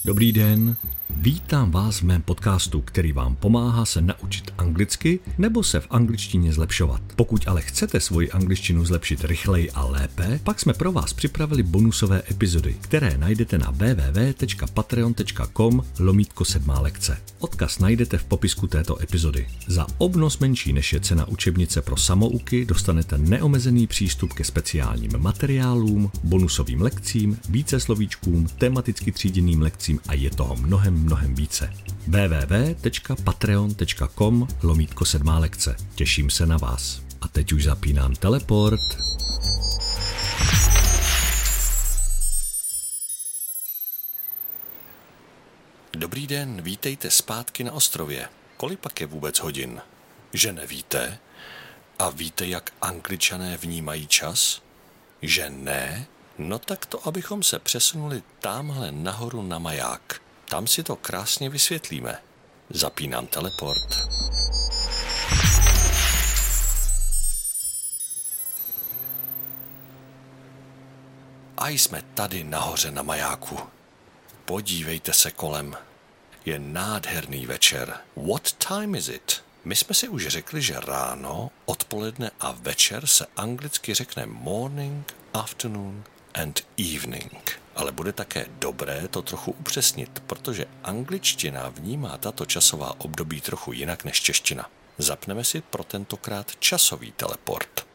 Dobrý den, vítám vás v mém podcastu, který vám pomáhá se naučit anglicky nebo se v angličtině zlepšovat. Pokud ale chcete svoji angličtinu zlepšit rychleji a lépe, pak jsme pro vás připravili bonusové epizody, které najdete na www.patreon.com/7lekce. Odkaz najdete v popisku této epizody. Za obnos menší než je cena učebnice pro samouky dostanete neomezený přístup ke speciálním materiálům, bonusovým lekcím, více slovíčkům, tematicky tříděným lekcím a je toho mnohem více. www.patreon.com/7lekce. Těším se na vás. A teď už zapínám teleport. Dobrý den, vítejte zpátky na ostrově. Kolik pak je vůbec hodin? Že nevíte? A víte, jak Angličané vnímají čas? Že ne? No tak to, abychom se přesunuli támhle nahoru na maják. Tam si to krásně vysvětlíme. Zapínám teleport. A jsme tady nahoře na majáku. Podívejte se kolem. Je nádherný večer. What time is it? My jsme si už řekli, že ráno, odpoledne a večer se anglicky řekne morning, afternoon and evening. Ale bude také dobré to trochu upřesnit, protože angličtina vnímá tato časová období trochu jinak než čeština. Zapneme si pro tentokrát časový teleport.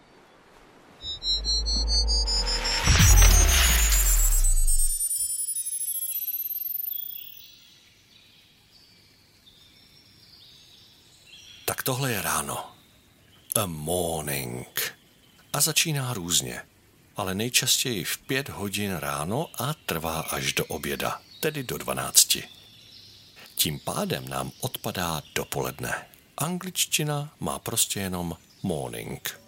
Tak tohle je ráno. A morning. A začíná různě, ale nejčastěji v 5 hodin ráno a trvá až do oběda, tedy do 12. Tím pádem nám odpadá dopoledne. Angličtina má prostě jenom morning.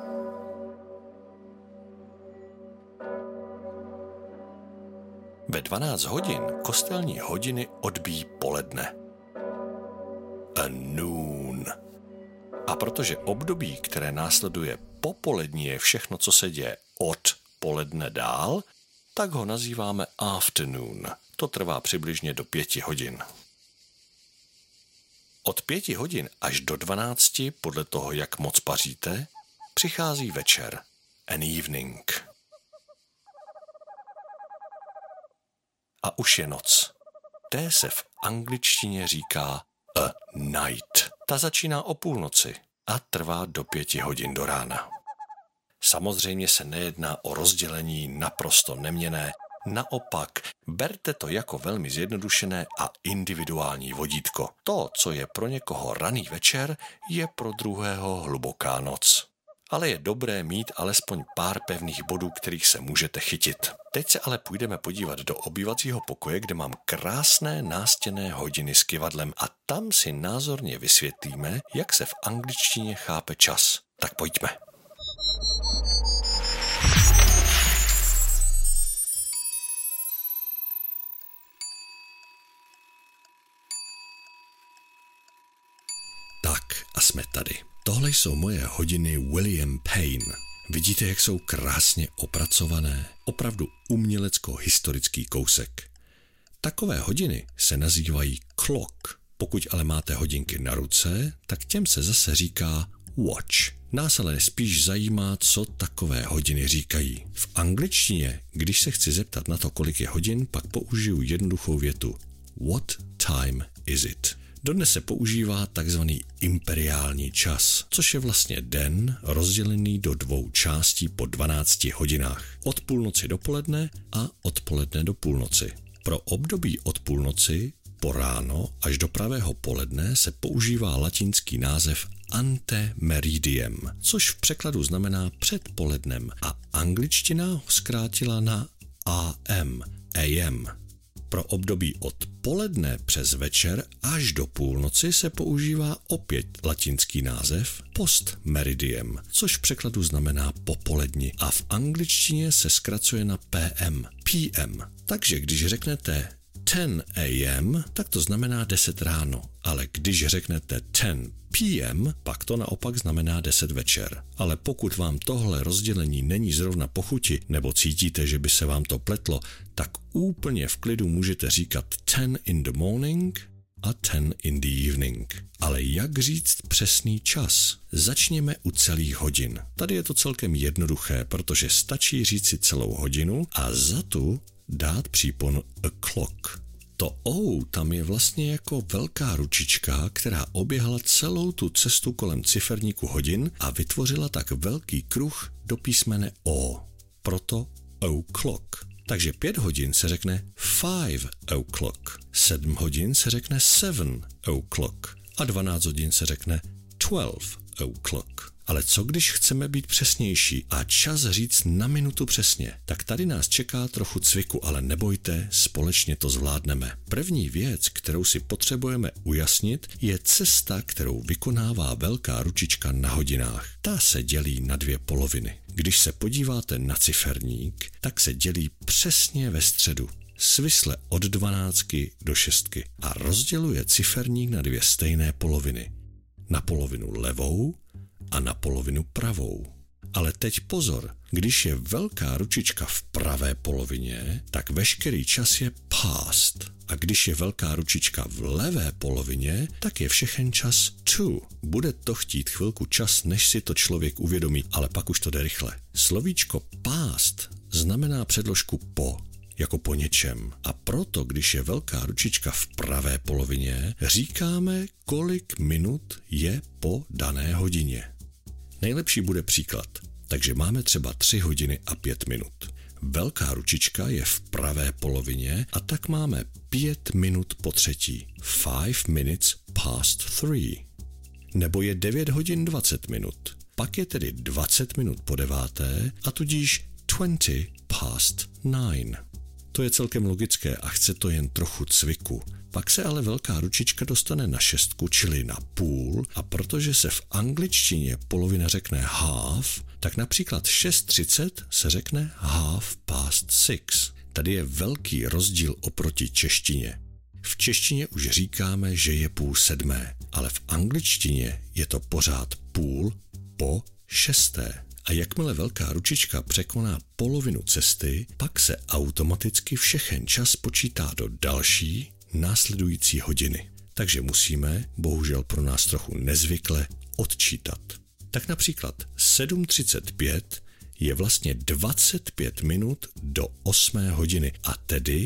Ve 12 hodin kostelní hodiny odbíjí poledne. A noon. A protože období, které následuje popolední, je všechno, co se děje od poledne dál, tak ho nazýváme afternoon. To trvá přibližně do 5 hodin. Od 5 hodin až do 12, podle toho, jak moc paříte, přichází večer. An evening. A už je noc. Té se v angličtině říká a night. Ta začíná o půlnoci a trvá do 5 hodin do rána. Samozřejmě se nejedná o rozdělení naprosto neměnné, naopak berte to jako velmi zjednodušené a individuální vodítko. To, co je pro někoho raný večer, je pro druhého hluboká noc. Ale je dobré mít alespoň pár pevných bodů, kterých se můžete chytit. Teď se ale půjdeme podívat do obývacího pokoje, kde mám krásné nástěnné hodiny s kyvadlem a tam si názorně vysvětlíme, jak se v angličtině chápe čas. Tak pojďme. Tak a jsme tady. Tohle jsou moje hodiny William Payne. Vidíte, jak jsou krásně opracované? Opravdu umělecko-historický kousek. Takové hodiny se nazývají clock. Pokud ale máte hodinky na ruce, tak těm se zase říká watch. Nás ale spíš zajímá, co takové hodiny říkají. V angličtině, když se chci zeptat na to, kolik je hodin, pak použiju jednoduchou větu. What time is it? Dodnes se používá takzvaný imperiální čas, což je vlastně den rozdělený do 2 částí po 12 hodinách. Od půlnoci do poledne a od poledne do půlnoci. Pro období od půlnoci po ráno až do pravého poledne se používá latinský název ante meridiem, což v překladu znamená před polednem a angličtina ho zkrátila na AM. Pro období od poledne přes večer až do půlnoci se používá opět latinský název post meridiem, což v překladu znamená popoledni a v angličtině se zkracuje na PM. Takže když řeknete 10 a.m., tak to znamená 10 ráno, ale když řeknete 10 p.m., pak to naopak znamená 10 večer. Ale pokud vám tohle rozdělení není zrovna po chuti, nebo cítíte, že by se vám to pletlo, tak úplně v klidu můžete říkat 10 in the morning a 10 in the evening. Ale jak říct přesný čas? Začněme u celých hodin. Tady je to celkem jednoduché, protože stačí říct si celou hodinu a za tu dát přípon o'clock. To O tam je vlastně jako velká ručička, která oběhla celou tu cestu kolem ciferníku hodin a vytvořila tak velký kruh do písmene O. Proto o'clock. Takže 5 hodin se řekne 5 o'clock, 7 hodin se řekne 7 o'clock a 12 hodin se řekne 12 o'clock. Ale co když chceme být přesnější a čas říct na minutu přesně? Tak tady nás čeká trochu cviku, ale nebojte, společně to zvládneme. První věc, kterou si potřebujeme ujasnit, je cesta, kterou vykonává velká ručička na hodinách. Ta se dělí na 2 poloviny. Když se podíváte na ciferník, tak se dělí přesně ve středu, svisle od 12 do 6 a rozděluje ciferník na 2 stejné poloviny. Na polovinu levou a na polovinu pravou. Ale teď pozor, když je velká ručička v pravé polovině, tak veškerý čas je past. A když je velká ručička v levé polovině, tak je všechen čas to. Bude to chtít chvilku čas, než si to člověk uvědomí, ale pak už to jde rychle. Slovíčko past znamená předložku po, jako po něčem. A proto, když je velká ručička v pravé polovině, říkáme, kolik minut je po dané hodině. Nejlepší bude příklad. Takže máme třeba 3 hodiny a 5 minut. Velká ručička je v pravé polovině a tak máme 5 minut po třetí. 5 minutes past 3. Nebo je 9 hodin 20 minut. Pak je tedy 20 minut po 9. a tudíž 20 past 9. To je celkem logické a chce to jen trochu cviku. Pak se ale velká ručička dostane na 6, čili na půl, a protože se v angličtině polovina řekne half, tak například 6:30 se řekne half past 6. Tady je velký rozdíl oproti češtině. V češtině už říkáme, že je 6:30, ale v angličtině je to pořád půl po 6. A jakmile velká ručička překoná polovinu cesty, pak se automaticky všechen čas počítá do další, následující hodiny. Takže musíme, bohužel pro nás trochu nezvykle, odčítat. Tak například 7:35 je vlastně 25 minut do 8. hodiny a tedy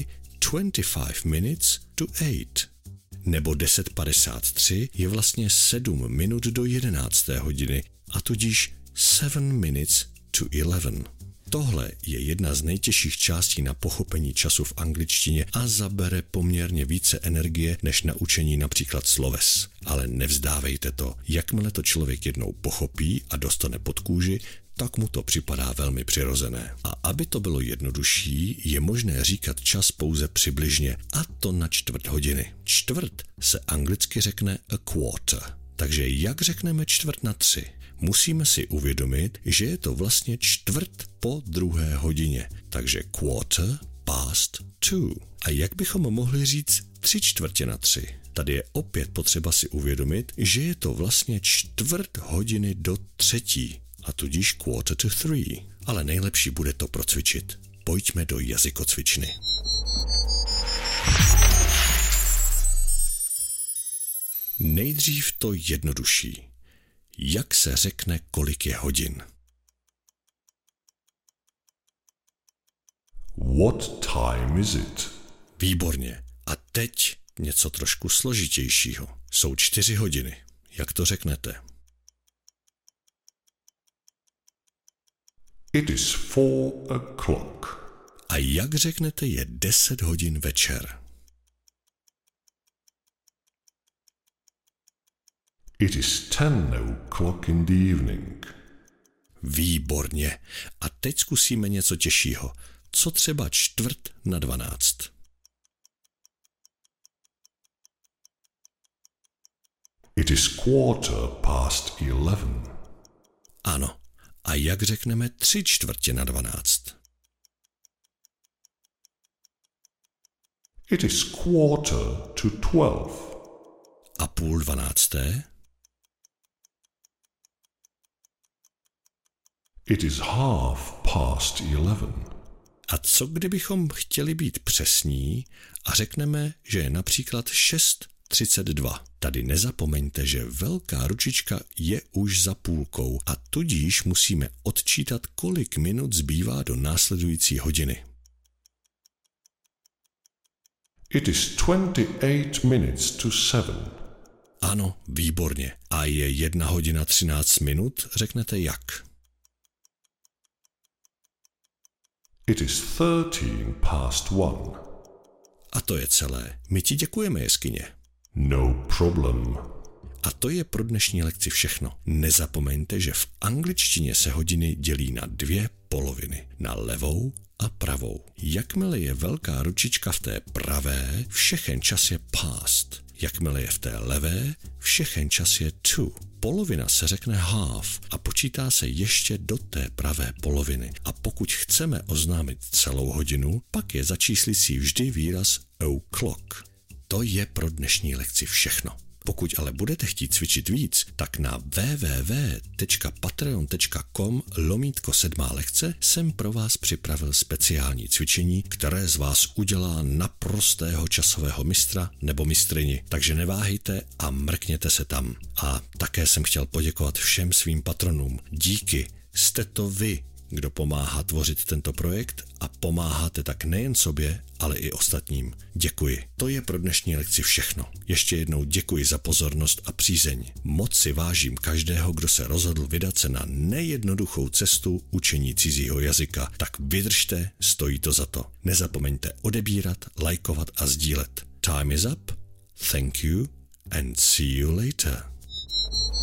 25 minutes to 8. Nebo 10:53 je vlastně 7 minut do 11. hodiny a tudíž 7 minutes to 11. Tohle je jedna z nejtěžších částí na pochopení času v angličtině a zabere poměrně více energie než na učení například sloves. Ale nevzdávejte to. Jakmile to člověk jednou pochopí a dostane pod kůži, tak mu to připadá velmi přirozené. A aby to bylo jednodušší, je možné říkat čas pouze přibližně, a to na 1/4 hodiny. Čtvrt se anglicky řekne a quarter. Takže jak řekneme 2:45? Musíme si uvědomit, že je to vlastně 1/4 hodině, takže quarter past 2. A jak bychom mohli říct 3/4? Tady je opět potřeba si uvědomit, že je to vlastně 1/4 hodiny do 3. a tudíž quarter to 3. Ale nejlepší bude to procvičit. Pojďme do jazykocvičny. Nejdřív to jednodušší. Jak se řekne, kolik je hodin? What time is it? Výborně. A teď něco trošku složitějšího. Jsou 4 hodiny. Jak to řeknete? It is 4 o'clock. A jak řeknete, je 10 hodin večer? It is 10 o'clock in the evening. Výborně. A teď zkusíme něco těžšího. Co třeba 11:45? It is quarter past 11. Ano. A jak řekneme 3/4 na 12? It is 11:45. A 11:30? It is 11:30. A co kdybychom chtěli být přesní a řekneme, že je například 6:32? Tady nezapomeňte, že velká ručička je už za půlkou a tudíž musíme odčítat, kolik minut zbývá do následující hodiny. It is 28 minutes to 7. Ano, výborně. A je 1:13, řeknete jak? It is 1:13. A to je celé. My ti děkujeme, jeskyně. No problem. A to je pro dnešní lekci všechno. Nezapomeňte, že v angličtině se hodiny dělí na 2 poloviny. Na levou a pravou. Jakmile je velká ručička v té pravé, všechen čas je past. Jakmile je v té levé, všechen čas je to. Polovina se řekne half a počítá se ještě do té pravé poloviny. A pokud chceme oznámit celou hodinu, pak je za číslicí vždy výraz o'clock. To je pro dnešní lekci všechno. Pokud ale budete chtít cvičit víc, tak na www.patreon.com/7 lekce jsem pro vás připravil speciální cvičení, které z vás udělá naprostého časového mistra nebo mistryni. Takže neváhejte a mrkněte se tam. A také jsem chtěl poděkovat všem svým patronům. Díky, jste to vy, kdo pomáhá tvořit tento projekt a pomáháte tak nejen sobě, ale i ostatním. Děkuji. To je pro dnešní lekci všechno. Ještě jednou děkuji za pozornost a přízeň. Moc si vážím každého, kdo se rozhodl vydat se na nejednoduchou cestu učení cizího jazyka. Tak vydržte, stojí to za to. Nezapomeňte odebírat, lajkovat a sdílet. Time is up. Thank you and see you later.